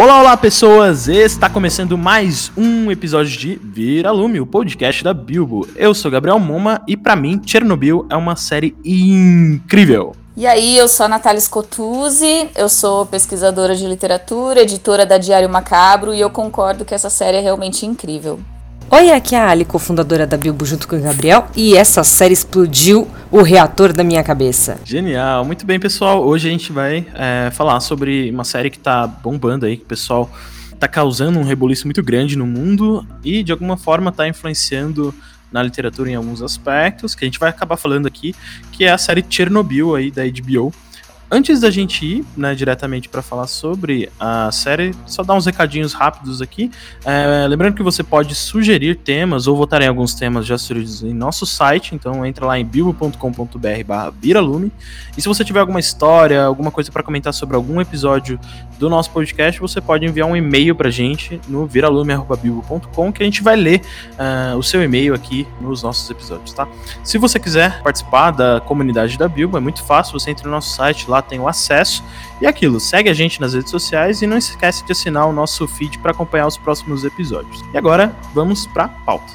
Olá, olá pessoas! Está começando mais um episódio de Vira Lume, o podcast da Bilbo. Eu sou Gabriel Moma e pra mim Chernobyl é uma série incrível. E aí, eu sou a Natália Scotuzzi, eu sou pesquisadora de literatura, editora da Diário Macabro e eu concordo que essa série é realmente incrível. Oi, aqui é a Ali, cofundadora da Bilbo junto com o Gabriel, e essa série explodiu o reator da minha cabeça. Genial, muito bem pessoal, hoje a gente vai falar sobre uma série que tá bombando aí, que o pessoal tá causando um rebuliço muito grande no mundo e de alguma forma tá influenciando na literatura em alguns aspectos, que a gente vai acabar falando aqui, que é a série Chernobyl aí da HBO. Antes da gente ir, né, diretamente para falar sobre a série, só dar uns recadinhos rápidos aqui. Lembrando que você pode sugerir temas ou votar em alguns temas já sugeridos em nosso site, então entra lá em bilbo.com.br/viralume. E se você tiver alguma história, alguma coisa para comentar sobre algum episódio do nosso podcast, você pode enviar um e-mail pra gente no viralume@bilbo.com, que a gente vai ler o seu e-mail aqui nos nossos episódios, tá? Se você quiser participar da comunidade da Bilbo, é muito fácil, você entra no nosso site, lá tem o acesso, e aquilo, segue a gente nas redes sociais e não esquece de assinar o nosso feed para acompanhar os próximos episódios. E agora, vamos pra pauta.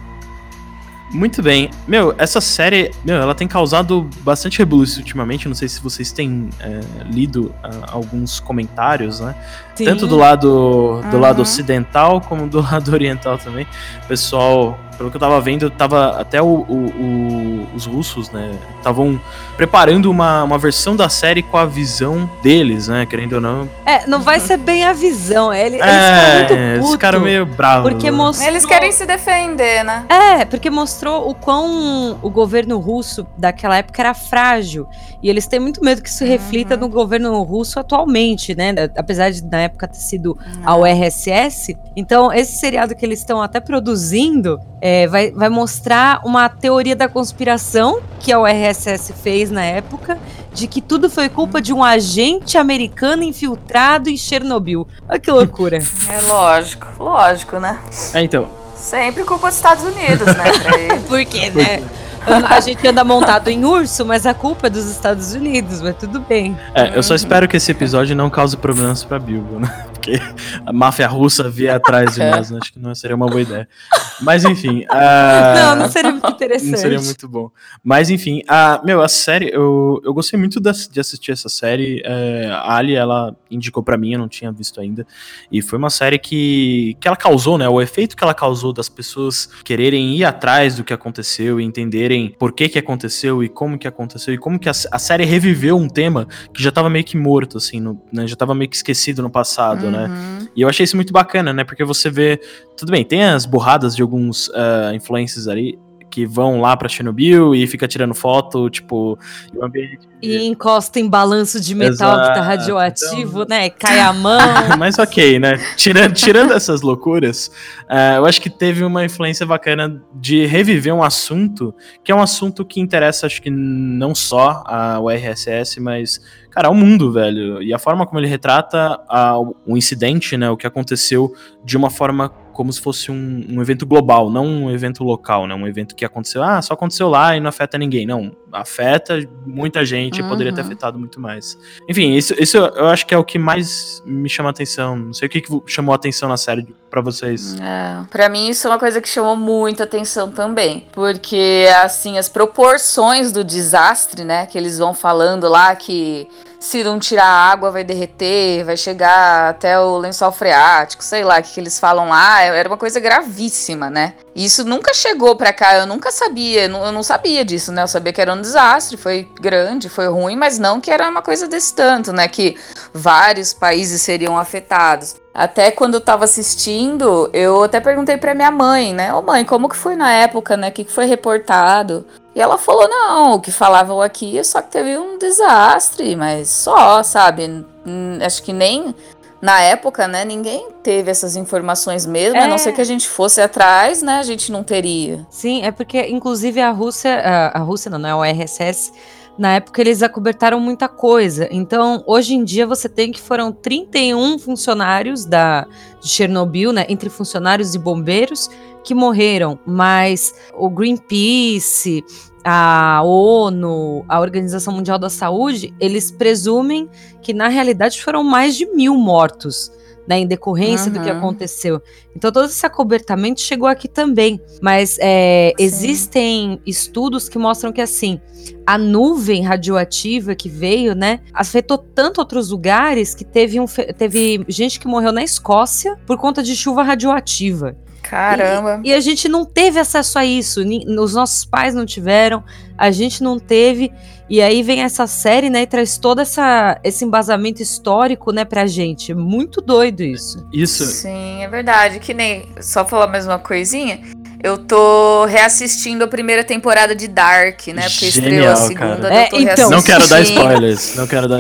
Muito bem. Essa série, ela tem causado bastante rebuliço ultimamente, não sei se vocês têm lido alguns comentários, né? Sim. Tanto do lado ocidental como do lado oriental também. O pessoal, pelo que eu tava vendo, até os russos, né, estavam preparando uma versão da série com a visão deles, né, querendo ou não. Não vai ser bem a visão, eles ficaram muito putos. Eles ficaram meio bravos. Porque mostrou... Eles querem se defender, né? Porque mostrou o quão o governo russo daquela época era frágil, e eles têm muito medo que isso reflita no governo russo atualmente, né, apesar de na época ter sido a URSS. Então esse seriado que eles estão até produzindo vai mostrar uma teoria da conspiração que a URSS fez na época, de que tudo foi culpa de um agente americano infiltrado em Chernobyl. Olha que loucura. É lógico, né? Então. Sempre culpa dos Estados Unidos, né? Por quê, né? A gente anda montado em urso, mas a culpa é dos Estados Unidos, mas tudo bem. Eu só espero que esse episódio não cause problemas pra Bilbo, né? Porque a máfia russa vier atrás de nós, né? Acho que não seria uma boa ideia. Mas enfim. Não seria muito interessante. Não seria muito bom. Mas enfim, a série, eu gostei muito de assistir essa série. A Ali, ela indicou pra mim, eu não tinha visto ainda. E foi uma série que ela causou, né? O efeito que ela causou das pessoas quererem ir atrás do que aconteceu e entenderem por que aconteceu e como que aconteceu e como que a série reviveu um tema que já tava meio que morto, assim, né? Já tava meio que esquecido no passado, né? E eu achei isso muito bacana, né? Porque você vê... Tudo bem, tem as burradas de alguns influencers ali que vão lá pra Chernobyl e fica tirando foto, tipo... E encosta em balanço de metal. Exato, que tá radioativo, então... né? Cai a mão. Mas ok, né? Tirando essas loucuras, eu acho que teve uma influência bacana de reviver um assunto, que é um assunto que interessa, acho que não só a URSS, mas, cara, ao mundo, velho. E a forma como ele retrata o incidente, né? O que aconteceu de uma forma como se fosse um evento global, não um evento local, né? Um evento que aconteceu, só aconteceu lá e não afeta ninguém. Não, afeta muita gente, poderia ter afetado muito mais. Enfim, isso eu acho que é o que mais me chama a atenção. Não sei o que chamou a atenção na série pra vocês. Pra mim isso é uma coisa que chamou muita atenção também, porque, assim, as proporções do desastre, né, que eles vão falando lá, que se não tirar a água vai derreter, vai chegar até o lençol freático, sei lá o que eles falam lá, era uma coisa gravíssima, né? E isso nunca chegou pra cá, eu nunca sabia, eu não sabia disso, né? Eu sabia que era um desastre, foi grande, foi ruim, mas não que era uma coisa desse tanto, né? Que vários países seriam afetados. Até quando eu tava assistindo, eu até perguntei pra minha mãe, né? Ô mãe, como que foi na época, né? O que foi reportado? E ela falou, não, o que falavam aqui é só que teve um desastre, mas só, sabe? Acho que nem na época, né, ninguém teve essas informações mesmo, a não ser que a gente fosse atrás, né, a gente não teria. Sim, é porque, inclusive, a Rússia não, né, o RSS, na época eles acobertaram muita coisa. Então, hoje em dia, você tem que foram 31 funcionários de Chernobyl, né, entre funcionários e bombeiros, que morreram, mas o Greenpeace, a ONU, a Organização Mundial da Saúde, eles presumem que na realidade foram mais de 1.000 mortos né, em decorrência do que aconteceu. Então todo esse acobertamento chegou aqui também, mas existem estudos que mostram que assim, a nuvem radioativa que veio, né, afetou tanto outros lugares que teve gente que morreu na Escócia por conta de chuva radioativa. Caramba! E a gente não teve acesso a isso, os nossos pais não tiveram, a gente não teve, e aí vem essa série, né, e traz todo esse embasamento histórico, né, pra gente. Muito doido isso. Isso. Sim, é verdade, que nem, só falar mais uma coisinha, eu tô reassistindo a primeira temporada de Dark, né, porque estreou a segunda, eu tô reassistindo. Não quero dar spoilers,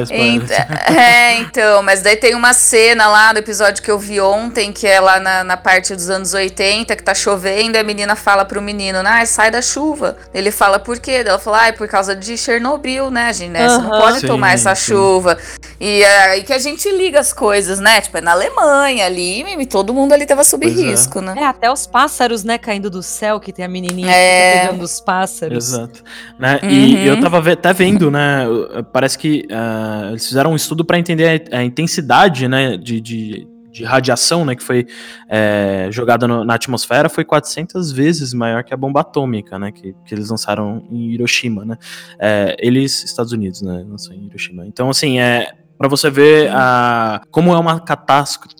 Então, mas daí tem uma cena lá do episódio que eu vi ontem, que é lá na parte dos anos 80, que tá chovendo, e a menina fala pro menino, sai da chuva. Ele fala, por quê? Ela fala, é por causa de Chernobyl, né, gente, né? Você não pode tomar essa chuva. E aí que a gente liga as coisas, né, tipo, é na Alemanha ali, e todo mundo ali tava sob risco, né? Até os pássaros, né, caindo do céu, que tem a menininha que fica pegando os pássaros. Exato. Né? E eu tava até vendo, né, parece que eles fizeram um estudo para entender a intensidade, né, de radiação, né, que foi jogada na atmosfera, foi 400 vezes maior que a bomba atômica, né, que eles lançaram em Hiroshima, né. Estados Unidos, né, lançou em Hiroshima. Então, assim, para você ver como é uma catástrofe.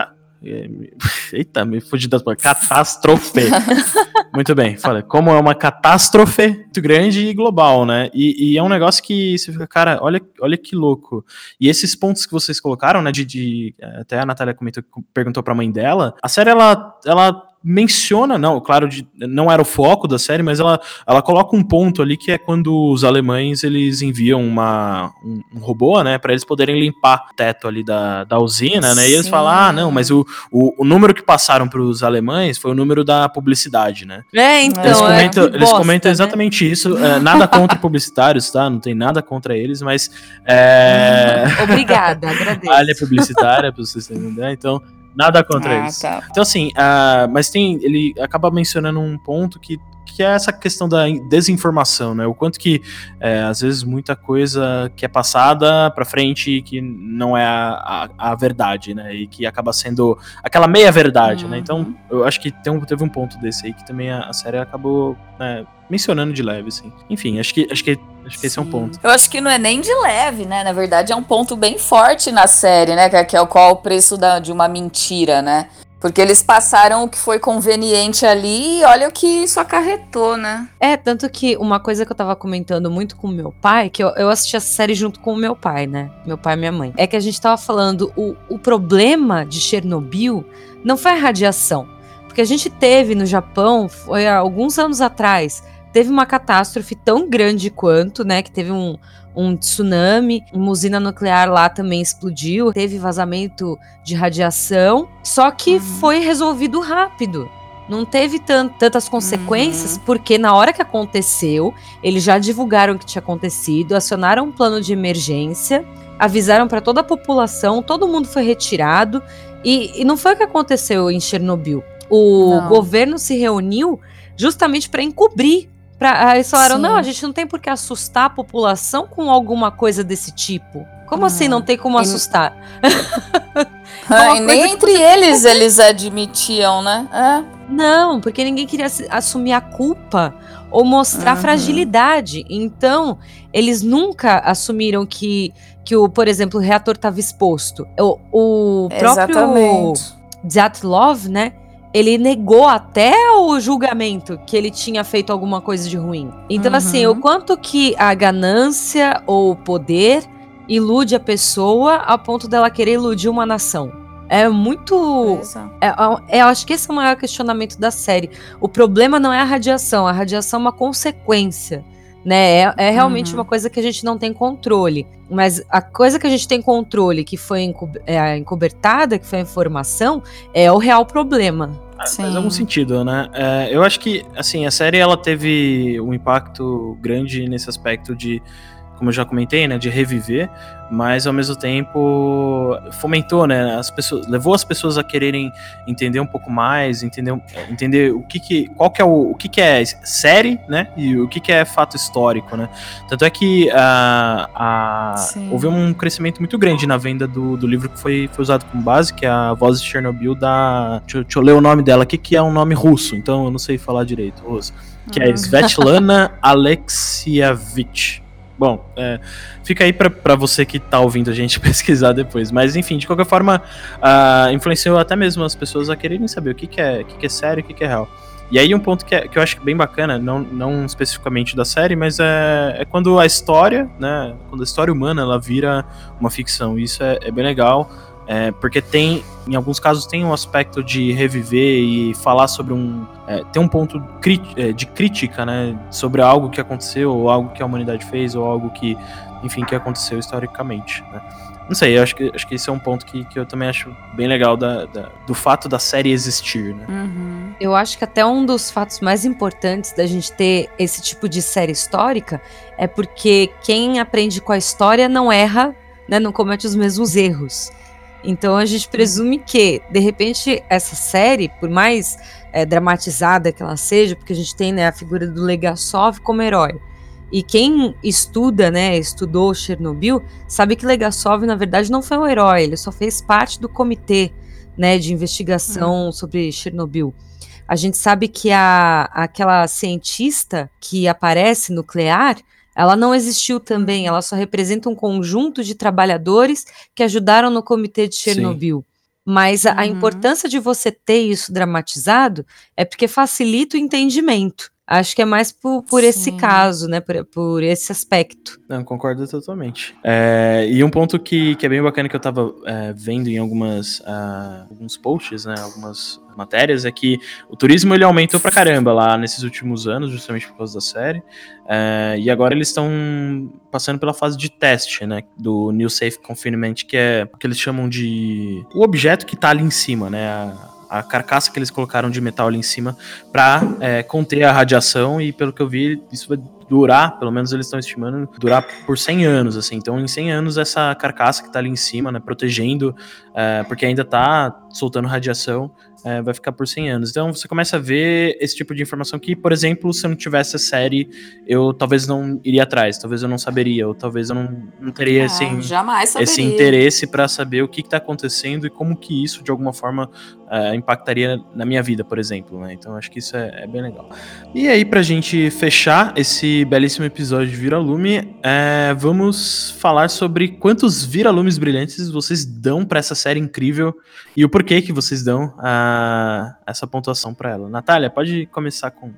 Eita, me fugi das palavras. Catástrofe. Muito bem, fala. Como é uma catástrofe muito grande e global, né? E é um negócio que você fica, cara, olha que louco. E esses pontos que vocês colocaram, né? Até a Natália perguntou pra mãe dela. A série, ela menciona, não, claro, não era o foco da série, mas ela coloca um ponto ali que é quando os alemães eles enviam um robô, né, para eles poderem limpar o teto ali da usina, né, e eles falam, não, mas o número que passaram para os alemães foi o número da publicidade, né. Então, eles comentam exatamente isso, nada contra publicitários, tá, não tem nada contra eles, mas obrigada, agradeço. A área publicitária, para vocês terem ideia, então nada contra isso. Tá. Então, assim, mas ele acaba mencionando um ponto que é essa questão da desinformação, né? O quanto que, às vezes, muita coisa que é passada pra frente que não é a verdade, né? E que acaba sendo aquela meia-verdade, né? Então, eu acho que teve um ponto desse aí que também a série acabou mencionando de leve, assim. Enfim, acho que esse é um ponto. Eu acho que não é nem de leve, né? Na verdade, é um ponto bem forte na série, né? Que é qual o preço de uma mentira, né? Porque eles passaram o que foi conveniente ali e olha o que isso acarretou, né? Tanto que uma coisa que eu tava comentando muito com o meu pai, que eu assisti essa série junto com o meu pai, né? Meu pai e minha mãe. É que a gente tava falando, o problema de Chernobyl não foi a radiação. Porque a gente teve no Japão, foi há alguns anos atrás, teve uma catástrofe tão grande quanto, né? Que teve um tsunami, uma usina nuclear lá também explodiu, teve vazamento de radiação, só que foi resolvido rápido. Não teve tantas consequências, porque na hora que aconteceu, eles já divulgaram o que tinha acontecido, acionaram um plano de emergência, avisaram para toda a população, todo mundo foi retirado, e não foi o que aconteceu em Chernobyl. O governo se reuniu justamente para encobrir. Aí eles falaram, não, a gente não tem por que assustar a população com alguma coisa desse tipo. Como assim não tem como assustar? E nem entre eles admitiam, né? Não, porque ninguém queria assumir a culpa ou mostrar fragilidade. Então, eles nunca assumiram que por exemplo, o reator estava exposto. O próprio Dyatlov, né? Ele negou até o julgamento que ele tinha feito alguma coisa de ruim. Então, assim, o quanto que a ganância ou o poder ilude a pessoa a ponto dela querer iludir uma nação. É muito... eu acho que esse é o maior questionamento da série. O problema não é a radiação é uma consequência, né? É realmente uma coisa que a gente não tem controle. Mas a coisa que a gente tem controle, que foi encobertada, que foi a informação, é o real problema. Faz algum sentido, né? Eu acho que, assim, a série ela teve um impacto grande nesse aspecto de como eu já comentei, né, de reviver, mas ao mesmo tempo fomentou, né, levou as pessoas a quererem entender um pouco mais, entender qual que é o que é série, né, e o que é fato histórico, né. Tanto é que houve um crescimento muito grande na venda do livro que foi usado como base, que é a Voz de Chernobyl deixa eu ler o nome dela aqui, que é um nome russo, então eu não sei falar direito, russo, que é Svetlana Alexievich. Bom, fica aí pra você que tá ouvindo a gente pesquisar depois. Mas enfim, de qualquer forma, influenciou até mesmo as pessoas a quererem saber o que é sério e o que é real. E aí um ponto que eu acho bem bacana, não especificamente da série, mas é quando a história, né, quando a história humana ela vira uma ficção. Isso é bem legal, porque em alguns casos tem um aspecto de reviver e falar sobre tem um ponto de crítica, né, sobre algo que aconteceu, ou algo que a humanidade fez, ou algo que, enfim, que aconteceu historicamente, né. Não sei, eu acho que esse é um ponto que eu também acho bem legal do fato da série existir, né. Uhum. Eu acho que até um dos fatos mais importantes da gente ter esse tipo de série histórica é porque quem aprende com a história não erra, né, não comete os mesmos erros. Então a gente presume que, de repente, essa série, por mais dramatizada que ela seja, porque a gente tem, né, a figura do Legasov como herói, e quem estudou Chernobyl, sabe que Legasov, na verdade, não foi um herói, ele só fez parte do comitê, né, de investigação sobre Chernobyl. A gente sabe que aquela cientista que aparece nuclear, ela não existiu também, ela só representa um conjunto de trabalhadores que ajudaram no comitê de Chernobyl. Sim. Mas a importância de você ter isso dramatizado é porque facilita o entendimento. Acho que é mais por esse caso, né? Por esse aspecto. Não, concordo totalmente. E um ponto que é bem bacana que eu tava vendo em alguns posts, né? Algumas matérias, é que o turismo ele aumentou pra caramba lá nesses últimos anos, justamente por causa da série. E agora eles estão passando pela fase de teste, né? Do New Safe Confinement, que é o que eles chamam de o objeto que tá ali em cima, né? A carcaça que eles colocaram de metal ali em cima para conter a radiação, e pelo que eu vi, isso vai durar, pelo menos eles estão estimando, durar por 100 anos, assim. Então, em 100 anos, essa carcaça que tá ali em cima, né, protegendo, porque ainda tá soltando radiação, vai ficar por 100 anos. Então, você começa a ver esse tipo de informação que, por exemplo, se eu não tivesse a série, eu talvez não iria atrás, talvez eu não saberia, ou talvez eu não teria esse interesse para saber o que tá acontecendo e como que isso, de alguma forma, impactaria na minha vida, por exemplo, né? Então, acho que isso é bem legal. E aí, pra gente fechar esse belíssimo episódio de Viralume, vamos falar sobre quantos viralumes brilhantes vocês dão pra essa série incrível e o porquê que vocês dão essa pontuação pra ela. Natália, pode começar com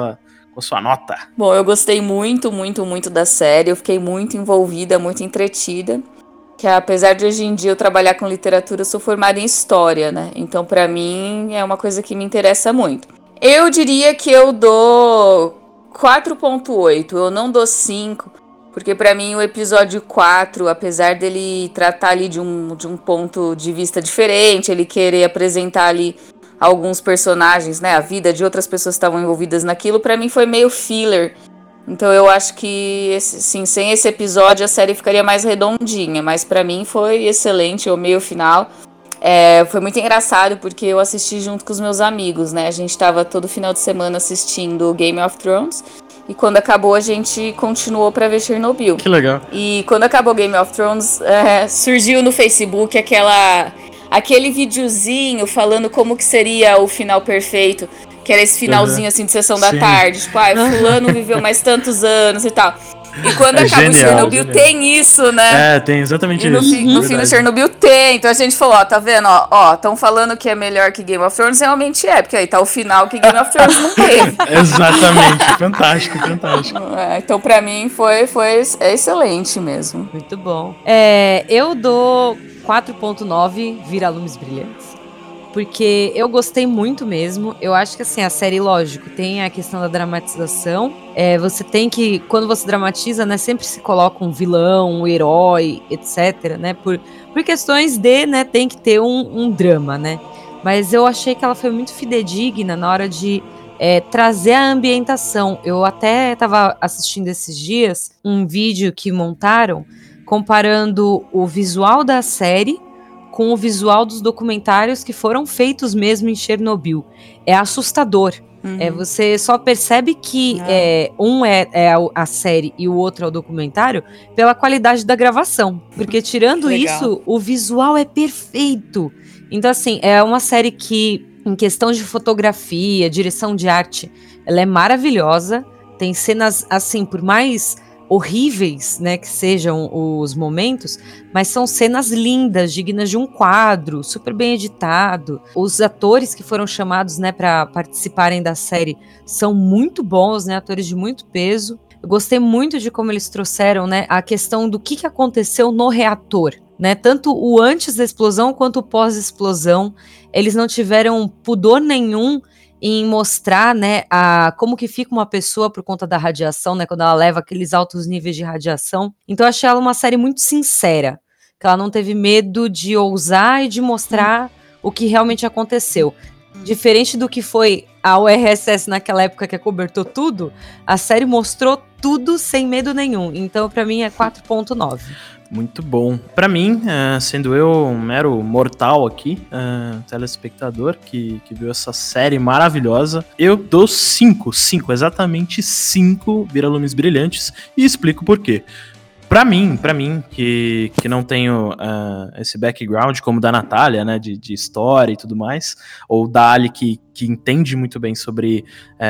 sua nota. Bom, eu gostei muito, muito, muito da série. Eu fiquei muito envolvida, muito entretida. Que apesar de hoje em dia eu trabalhar com literatura, eu sou formada em história, né? Então, pra mim, é uma coisa que me interessa muito. Eu diria que eu dou 4.8, eu não dou 5, porque pra mim o episódio 4, apesar dele tratar ali de um ponto de vista diferente, ele querer apresentar ali alguns personagens, né, a vida de outras pessoas que estavam envolvidas naquilo, pra mim foi meio filler. Então eu acho que, sim, sem esse episódio a série ficaria mais redondinha, mas pra mim foi excelente o meio final. Foi muito engraçado porque eu assisti junto com os meus amigos, né? A gente tava todo final de semana assistindo Game of Thrones e quando acabou a gente continuou pra ver Chernobyl. Que legal. E quando acabou Game of Thrones, surgiu no Facebook aquele videozinho falando como que seria o final perfeito, que era esse finalzinho assim de sessão da tarde, tipo, fulano viveu mais tantos anos e tal. E quando acaba o Chernobyl tem isso, né? Tem exatamente e isso. No fim do Chernobyl tem. Então a gente falou, tá vendo? Estão falando que é melhor que Game of Thrones, realmente porque aí tá o final que Game of Thrones não teve. Exatamente, fantástico. Então pra mim foi excelente mesmo. Muito bom. Eu dou 4.9 viralumes brilhantes. Porque eu gostei muito mesmo. Eu acho que assim, a série, lógico, tem a questão da dramatização. Você tem que, quando você dramatiza, né, sempre se coloca um vilão, um herói, etc, né, por questões de, né, tem que ter um drama, né. Mas eu achei que ela foi muito fidedigna na hora de trazer a ambientação. Eu até estava assistindo esses dias um vídeo que montaram comparando o visual da série com o visual dos documentários que foram feitos mesmo em Chernobyl. É assustador. Você só percebe que um é a série e o outro é o documentário pela qualidade da gravação. Porque tirando isso, o visual é perfeito. Então, assim, é uma série que, em questão de fotografia, direção de arte, ela é maravilhosa. Tem cenas, assim, por mais horríveis, né, que sejam os momentos, mas são cenas lindas, dignas de um quadro, super bem editado. Os atores que foram chamados, né, para participarem da série são muito bons, né, atores de muito peso. Eu gostei muito de como eles trouxeram, né, a questão do que aconteceu no reator, né, tanto o antes da explosão quanto o pós-explosão. Eles não tiveram pudor nenhum em mostrar, né, como que fica uma pessoa por conta da radiação, né, quando ela leva aqueles altos níveis de radiação. Então eu achei ela uma série muito sincera, que ela não teve medo de ousar e de mostrar o que realmente aconteceu. Diferente do que foi a URSS naquela época que acobertou tudo, a série mostrou tudo sem medo nenhum. Então pra mim é 4.9. Muito bom. Pra mim, sendo eu um mero mortal aqui, telespectador que viu essa série maravilhosa, eu dou 5, exatamente 5 viralumes brilhantes, e explico por quê. Pra mim, que não tenho esse background como da Natália, né, de história e tudo mais, ou da Ali que entende muito bem sobre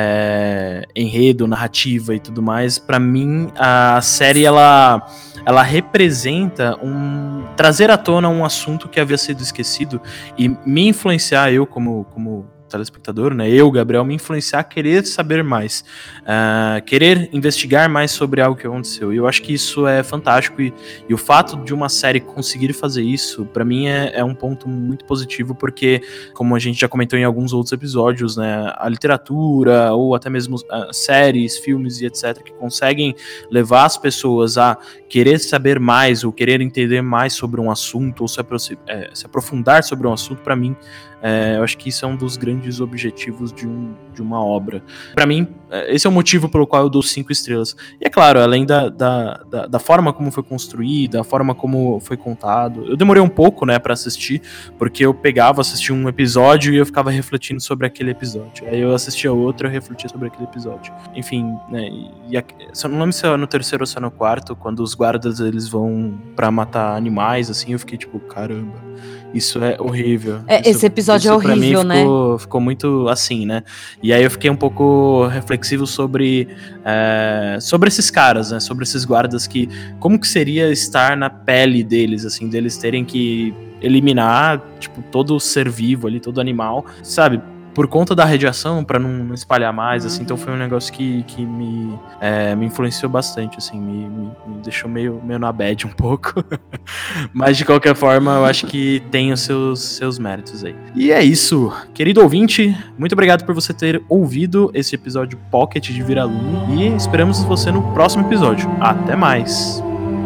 enredo, narrativa e tudo mais, pra mim a série ela representa trazer à tona um assunto que havia sido esquecido e me influenciar, eu como telespectador, né, eu, Gabriel, me influenciar a querer saber mais, querer investigar mais sobre algo que aconteceu. E eu acho que isso é fantástico, e o fato de uma série conseguir fazer isso, pra mim é um ponto muito positivo, porque, como a gente já comentou em alguns outros episódios, né, a literatura, ou até mesmo séries, filmes e etc., que conseguem levar as pessoas a querer saber mais, ou querer entender mais sobre um assunto, ou se aprofundar sobre um assunto, pra mim, eu acho que isso é um dos grandes objetivos de uma obra. Pra mim, esse é o motivo pelo qual eu dou 5 estrelas. E é claro, além da forma como foi construída, a forma como foi contado. Eu demorei um pouco, né, pra assistir, porque eu assistia um episódio e eu ficava refletindo sobre aquele episódio. Aí eu assistia outro e eu refletia sobre aquele episódio. Enfim, né, eu não lembro se é no terceiro ou se é no quarto, quando os guardas eles vão pra matar animais, assim, eu fiquei tipo, caramba, isso é horrível. Esse episódio é horrível, pra mim ficou muito assim, né? E aí eu fiquei um pouco reflexivo sobre esses caras, né? Sobre esses guardas, como que seria estar na pele deles, assim, deles terem que eliminar, tipo, todo ser vivo ali, todo animal, sabe? Por conta da radiação, pra não espalhar mais, assim. Então foi um negócio que me influenciou bastante, assim, me deixou meio na bad um pouco. Mas de qualquer forma, eu acho que tem os seus méritos aí. E é isso, querido ouvinte, muito obrigado por você ter ouvido esse episódio Pocket de Viralume, e esperamos você no próximo episódio. Até mais!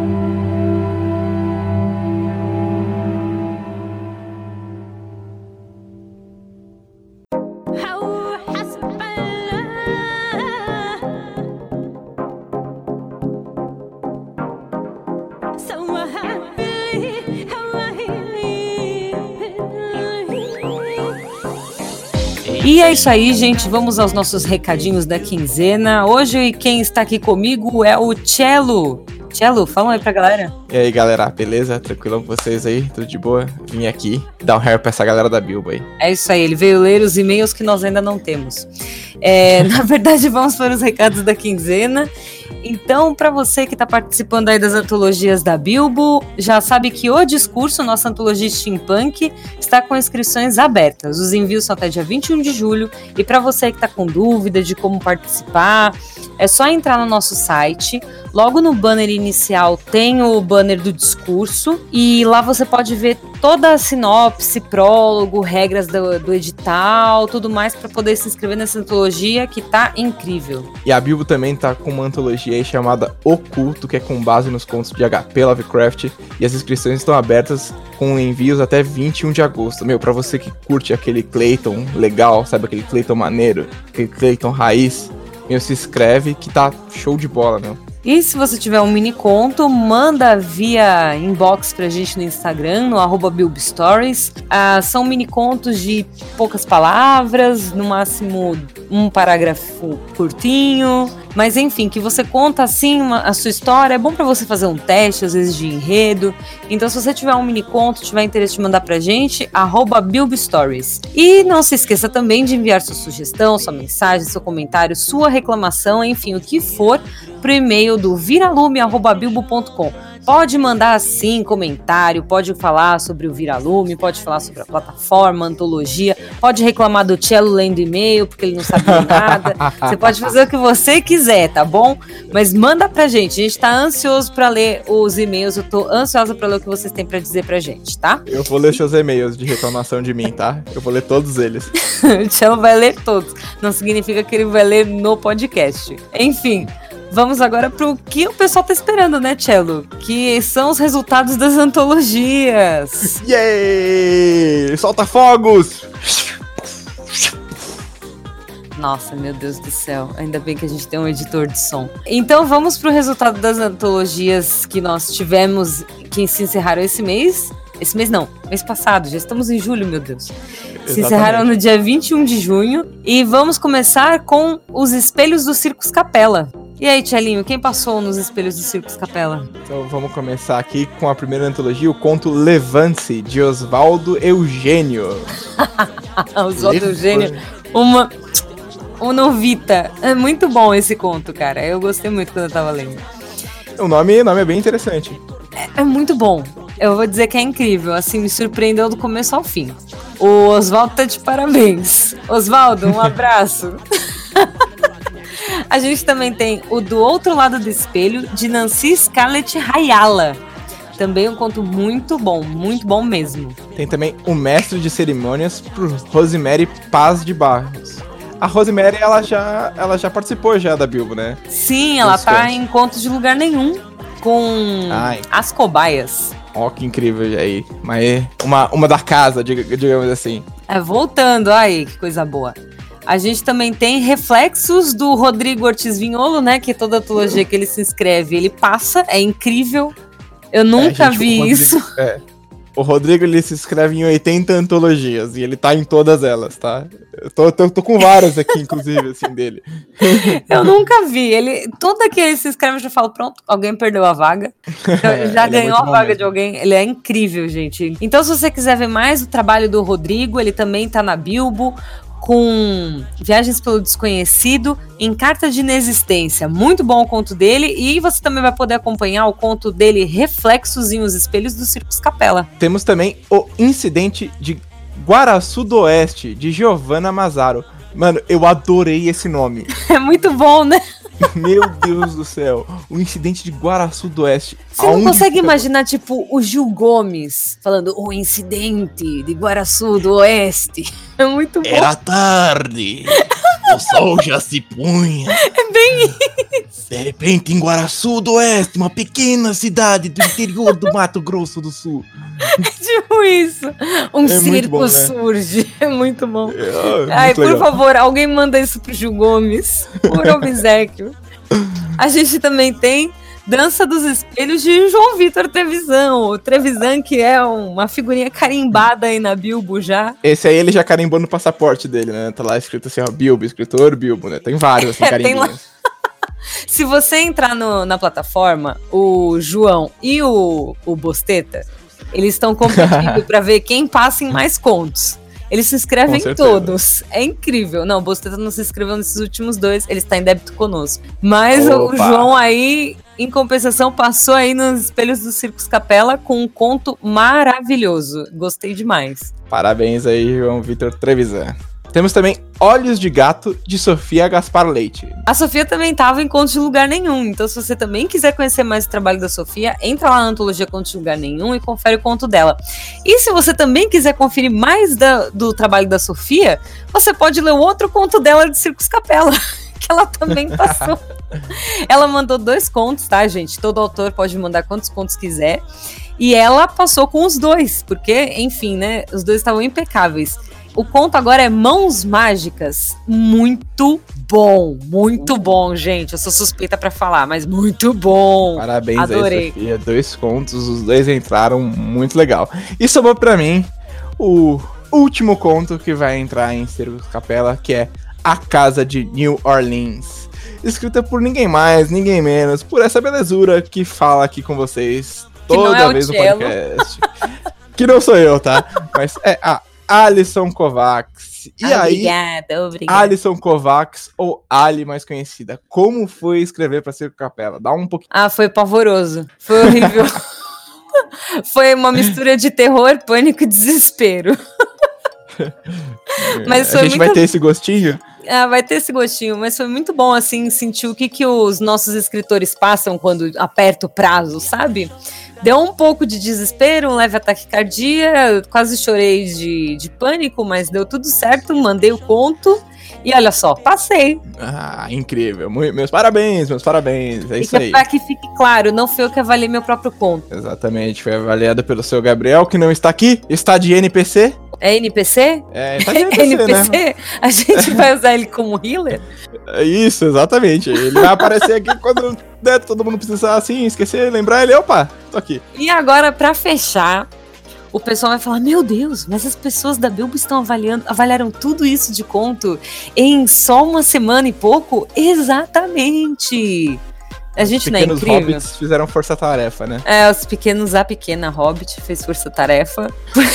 E é isso aí, gente. Vamos aos nossos recadinhos da quinzena. Hoje quem está aqui comigo é o Cello. Cello, fala aí pra galera. E aí, galera, beleza? Tranquilão com vocês aí? Tudo de boa? Vim aqui dar um hair pra essa galera da Bilbo aí. É isso aí, ele veio ler os e-mails que nós ainda não temos. Na verdade, vamos para os recados da quinzena. Então, para você que está participando aí das antologias da Bilbo, já sabe que O Discurso, nossa antologia steampunk, está com inscrições abertas. Os envios são até dia 21 de julho. E para você que está com dúvida de como participar, é só entrar no nosso site. Logo no banner inicial tem o banner do discurso. E lá você pode ver toda a sinopse, prólogo, regras do edital, tudo mais pra poder se inscrever nessa antologia que tá incrível. E a Bilbo também tá com uma antologia aí chamada Oculto, que é com base nos contos de H.P. Lovecraft, e as inscrições estão abertas com envios até 21 de agosto. Meu, pra você que curte aquele Clayton legal, sabe, aquele Clayton maneiro, aquele Clayton raiz, meu, se inscreve que tá show de bola, meu. E se você tiver um mini conto, manda via inbox pra gente no Instagram, no @BilboStories. São mini contos de poucas palavras, no máximo um parágrafo curtinho. Mas enfim, que você conta assim a sua história. É bom pra você fazer um teste, às vezes de enredo. Então se você tiver um mini conto, tiver interesse de mandar pra gente, @BilboStories. E não se esqueça também de enviar sua sugestão, sua mensagem, seu comentário, sua reclamação, enfim, o que for, pro e-mail do viralume@bilbo.com. Pode mandar sim comentário, pode falar sobre o Viralume, pode falar sobre a plataforma, a antologia, pode reclamar do Cello lendo e-mail, porque ele não sabe nada. Você pode fazer o que você quiser, tá bom? Mas manda pra gente, a gente tá ansioso pra ler os e-mails, eu tô ansiosa pra ler o que vocês têm pra dizer pra gente, tá? Eu vou ler seus e-mails de reclamação de mim, tá? Eu vou ler todos eles. O Cello vai ler todos, não significa que ele vai ler no podcast. Enfim... Vamos agora pro que o pessoal tá esperando, né, Cello? Que são os resultados das antologias. Yay! Solta fogos! Nossa, meu Deus do céu. Ainda bem que a gente tem um editor de som. Então vamos pro resultado das antologias que nós tivemos, que se encerraram esse mês. Esse mês não, mês passado. Já estamos em julho, meu Deus. Se encerraram no dia 21 de junho. E vamos começar com os Espelhos do Circus Capela. E aí, Tchelinho, quem passou nos Espelhos do Circus Capela? Então vamos começar aqui com a primeira antologia, o conto Levante-se, de Oswaldo Eugênio. Oswaldo Eugênio, uma novita. É muito bom esse conto, cara. Eu gostei muito quando eu tava lendo. O nome é bem interessante. É muito bom. Eu vou dizer que é incrível. Assim, me surpreendeu do começo ao fim. O Oswaldo tá de parabéns. Oswaldo, um abraço. A gente também tem o Do Outro Lado do Espelho, de Nancy Scarlett Rayala. Também um conto muito bom mesmo. Tem também O Mestre de Cerimônias, por Rosemary Paz de Barros. A Rosemary, ela já participou já da Bilbo, né? Sim, ela tá em Contos de Lugar Nenhum, com As Cobaias. Ó, que incrível aí. Mas uma da casa, digamos assim. Voltando, aí, que coisa boa. A gente também tem Reflexos, do Rodrigo Ortiz Vinholo, né? Que toda antologia que ele se inscreve, ele passa. É incrível. Eu nunca vi isso. O Rodrigo, ele se inscreve em 80 antologias e ele tá em todas elas, tá? Eu tô com várias aqui, inclusive, assim, dele. Eu nunca vi. Toda que ele se inscreve, eu já falo, pronto, alguém perdeu a vaga. Já ganhou a vaga de alguém. Ele é incrível, gente. Então, se você quiser ver mais o trabalho do Rodrigo, ele também tá na Bilbo, com Viagens pelo Desconhecido, em Carta de Inexistência. Muito bom o conto dele, e você também vai poder acompanhar o conto dele, Reflexos em Os Espelhos do Circus Capela. Temos também O Incidente de Guaraçu do Oeste, de Giovanna Mazzaro. Mano, eu adorei esse nome. É muito bom, né? Meu Deus do céu. O Incidente de Guaraçu do Oeste. Você não consegue imaginar, tipo, o Gil Gomes falando O Incidente de Guaraçu do Oeste. É muito bom. Era tarde. O sol já se punha. É bem isso. De repente, em Guaraçu do Oeste, uma pequena cidade do interior do Mato Grosso do Sul. É tipo isso. Um circo bom, né? surge. É muito bom. Muito por legal. favor, alguém manda isso pro Gil Gomes. Por obséquio. A gente também tem Dança dos Espelhos, de João Vitor Trevisan. O Trevisan, que é uma figurinha carimbada aí na Bilbo já. Esse aí ele já carimbou no passaporte dele, né? Tá lá escrito assim, ó, Bilbo, escritor Bilbo, né? Tem vários assim, carimbinhos. Se você entrar na plataforma, o João e o Bosteta, eles estão competindo pra ver quem passa em mais contos. Eles se inscrevem em todos. É incrível. Não, o Bosteta não se inscreveu nesses últimos dois. Ele está em débito conosco. Mas o João aí, em compensação, passou aí nos Espelhos do Circus Capela com um conto maravilhoso. Gostei demais. Parabéns aí, João Vitor Trevisan. Temos também Olhos de Gato, de Sofia Gaspar Leite. A Sofia também tava em Contos de Lugar Nenhum, então se você também quiser conhecer mais o trabalho da Sofia, entra lá na antologia Contos de Lugar Nenhum e confere o conto dela. E se você também quiser conferir mais do trabalho da Sofia, você pode ler o outro conto dela de Circos Capela, que ela também passou. Ela mandou 2 contos, tá, gente? Todo autor pode mandar quantos contos quiser. E ela passou com os 2, porque, enfim, né, os 2 estavam impecáveis. O conto agora é Mãos Mágicas. Muito bom, gente. Eu sou suspeita pra falar, mas muito bom. Parabéns. Adorei. Aí, Sofia. 2 contos, os 2 entraram muito legal. E sobrou pra mim o último conto que vai entrar em Circos Capela, que é A Casa de New Orleans. Escrita por ninguém mais, ninguém menos, por essa belezura que fala aqui com vocês toda vez no podcast. Que não sou eu, tá? Mas é a Alison Kovacs. E Obrigada. Alison Kovacs, ou Ali mais conhecida. Como foi escrever pra Circo Capela? Dá um pouquinho. Ah, foi pavoroso. Foi horrível. Foi uma mistura de terror, pânico e desespero. Mas A gente vai ter esse gostinho? Ah, vai ter esse gostinho, mas foi muito bom, assim, sentir o que os nossos escritores passam quando aperta o prazo, sabe? Deu um pouco de desespero, um leve ataque cardíaco, quase chorei de pânico, mas deu tudo certo, mandei o conto e olha só, passei. Ah, incrível. Meus parabéns. É isso aí. Pra que fique claro, não foi eu que avaliei meu próprio conto. Exatamente, foi avaliado pelo seu Gabriel, que não está aqui, está de NPC. É NPC? É, tá de NPC, NPC? né? A gente vai usar ele como healer? É isso, exatamente. Ele vai aparecer aqui quando todo mundo precisar, assim, esquecer, lembrar ele. Opa, tô aqui. E agora, pra fechar, o pessoal vai falar, meu Deus, mas as pessoas da Bilbo estão avaliaram tudo isso de conto em só uma semana e pouco? Exatamente! A gente não é incrível? Os pequenos hobbits fizeram força-tarefa, né? É, os pequenos, a pequena hobbit fez força-tarefa.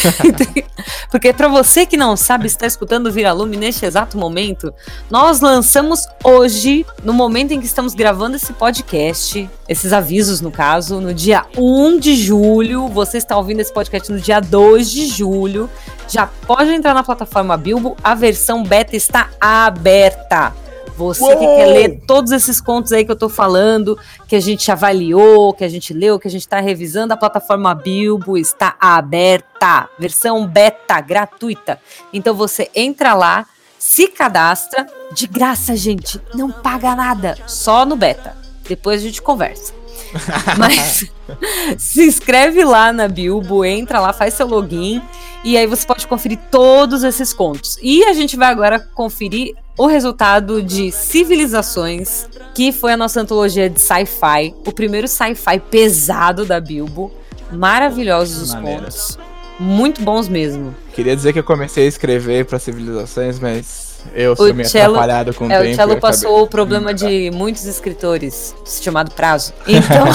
Porque pra você que não sabe, está escutando o Viralume neste exato momento, nós lançamos hoje, no momento em que estamos gravando esse podcast, esses avisos no caso, no dia 1 de julho, você está ouvindo esse podcast no dia 2 de julho, já pode entrar na plataforma Bilbo, a versão beta está aberta. Você que quer ler todos esses contos aí que eu tô falando, que a gente avaliou, que a gente leu, que a gente tá revisando, a plataforma Bilbo está aberta. Versão beta, gratuita. Então você entra lá, se cadastra, de graça, gente. Não paga nada, só no beta. Depois a gente conversa. Mas se inscreve lá na Bilbo, entra lá, faz seu login e aí você pode conferir todos esses contos. E a gente vai agora conferir o resultado de Civilizações, que foi a nossa antologia de sci-fi, o primeiro sci-fi pesado da Bilbo. Maravilhosos os contos, muito bons mesmo. Queria dizer que eu comecei a escrever para Civilizações, mas eu sou meio atrapalhado com o tempo. O Cello passou o problema de muitos escritores, chamado prazo. Então,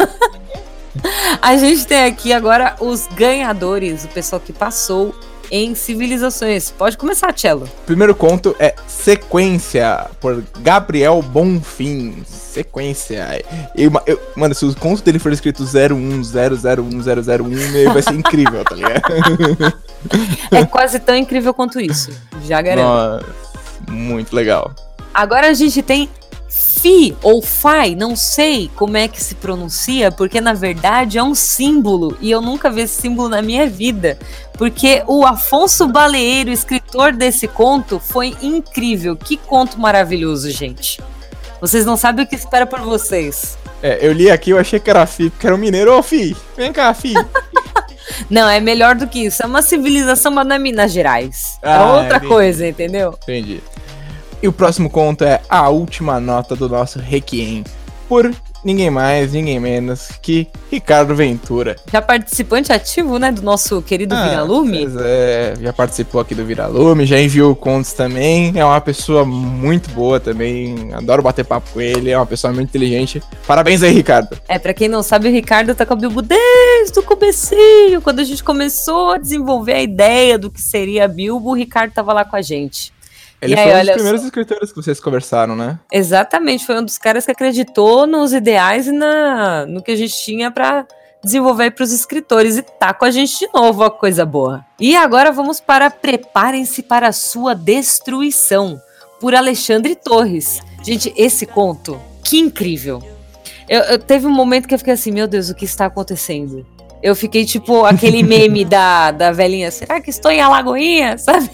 a gente tem aqui agora os ganhadores, o pessoal que passou em Civilizações. Pode começar, Cello. O primeiro conto é Sequência, por Gabriel Bonfim. Sequência. Mano, se o conto dele for escrito 01001001001, vai ser incrível, tá ligado? É quase tão incrível quanto isso, já garanto. Nossa, muito legal. Agora a gente tem Fi ou Fai, não sei como é que se pronuncia, porque na verdade é um símbolo e eu nunca vi esse símbolo na minha vida, porque o Afonso Baleeiro, escritor desse conto, foi incrível. Que conto maravilhoso, gente. Vocês não sabem o que espera por vocês. Eu li aqui, eu achei que era Fi, porque era um mineiro. Ô, Fi, vem cá, Fi. Não, é melhor do que isso. É uma civilização, mas não é Minas Gerais. É outra coisa, entendeu? Entendi. E o próximo conto é A Última Nota do Nosso Requiem, por ninguém mais, ninguém menos que Ricardo Ventura. Já participante ativo, né, do nosso querido Viralume. Já participou aqui do Viralume, já enviou contos também. É uma pessoa muito boa também, adoro bater papo com ele, é uma pessoa muito inteligente. Parabéns aí, Ricardo. Pra quem não sabe, o Ricardo tá com a Bilbo desde o comecinho. Quando a gente começou a desenvolver a ideia do que seria a Bilbo, o Ricardo tava lá com a gente. Ele foi um dos primeiros escritores que vocês conversaram, né? Exatamente, foi um dos caras que acreditou nos ideais e no que a gente tinha pra desenvolver para os escritores e tá com a gente de novo, ó, coisa boa. E agora vamos para Preparem-se para a Sua Destruição, por Alexandre Torres. Gente, esse conto, que incrível. Eu teve um momento que eu fiquei assim, meu Deus, o que está acontecendo? Eu fiquei tipo aquele meme da velhinha, será que estou em Alagoinha, sabe?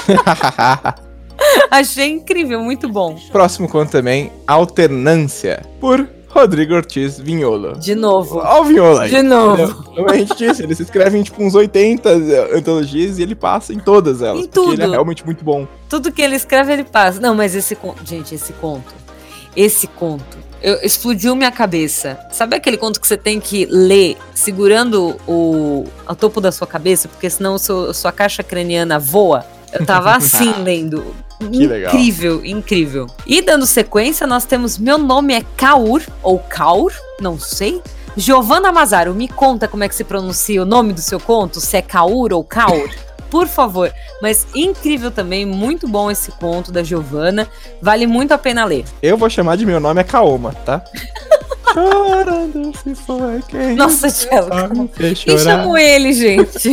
Achei incrível, muito bom. Próximo conto também, Alternância, por Rodrigo Ortiz Vinholo. De novo. Ó o Vinholo aí. De novo. Como a gente disse, ele se escreve em tipo uns 80 antologias e ele passa em todas elas. Em porque tudo. ele é realmente muito bom. Tudo que ele escreve, ele passa. Não, mas esse conto, gente, esse conto, explodiu minha cabeça. Sabe aquele conto que você tem que ler segurando o topo da sua cabeça, porque senão sua caixa craniana voa? Eu tava assim lendo. Que legal. Incrível, incrível. E dando sequência, nós temos Meu Nome é Kaur, ou Kaur, não sei. Giovanna Mazaro, me conta como é que se pronuncia o nome do seu conto, se é Kaur ou Kaur, por favor. Mas incrível também, muito bom esse conto da Giovanna, vale muito a pena ler. Eu vou chamar de Meu Nome é Kaoma, tá? Chorando se foi quem Nossa, Tchelo, fez quem chorar. chamou ele, gente?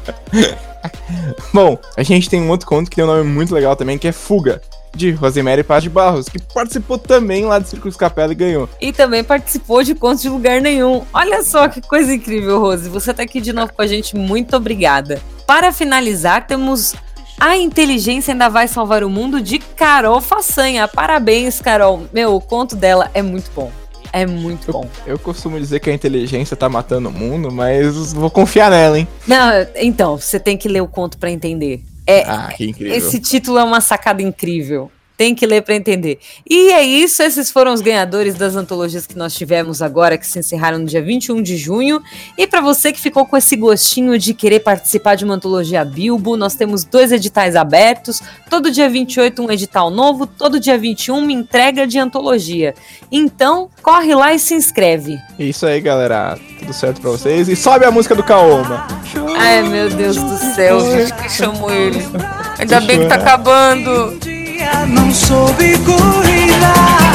Bom, a gente tem um outro conto que tem um nome muito legal também, que é Fuga, de Rosemary Paz de Barros, que participou também lá do Círculos Capela e ganhou. E também participou de Contos de Lugar Nenhum. Olha só que coisa incrível, Rose. Você tá aqui de novo com a gente, muito obrigada. Para finalizar, temos A Inteligência Ainda Vai Salvar o Mundo, de Carol Façanha. Parabéns, Carol. Meu, o conto dela é muito bom. É muito bom. Eu costumo dizer que a inteligência tá matando o mundo, mas vou confiar nela, hein? Não, então, você tem que ler o conto pra entender. Que incrível. Esse título é uma sacada incrível. Tem que ler para entender. E é isso, esses foram os ganhadores das antologias que nós tivemos agora, que se encerraram no dia 21 de junho. E para você que ficou com esse gostinho de querer participar de uma antologia Bilbo, nós temos 2 editais abertos. Todo dia 28 um edital novo, todo dia 21 uma entrega de antologia. Então, corre lá e se inscreve. Isso aí, galera. Tudo certo pra vocês. E sobe a música do Kaoma. Ai, meu Deus do céu, gente, que chamou ele. Ainda bem que tá acabando. Não soube corrida.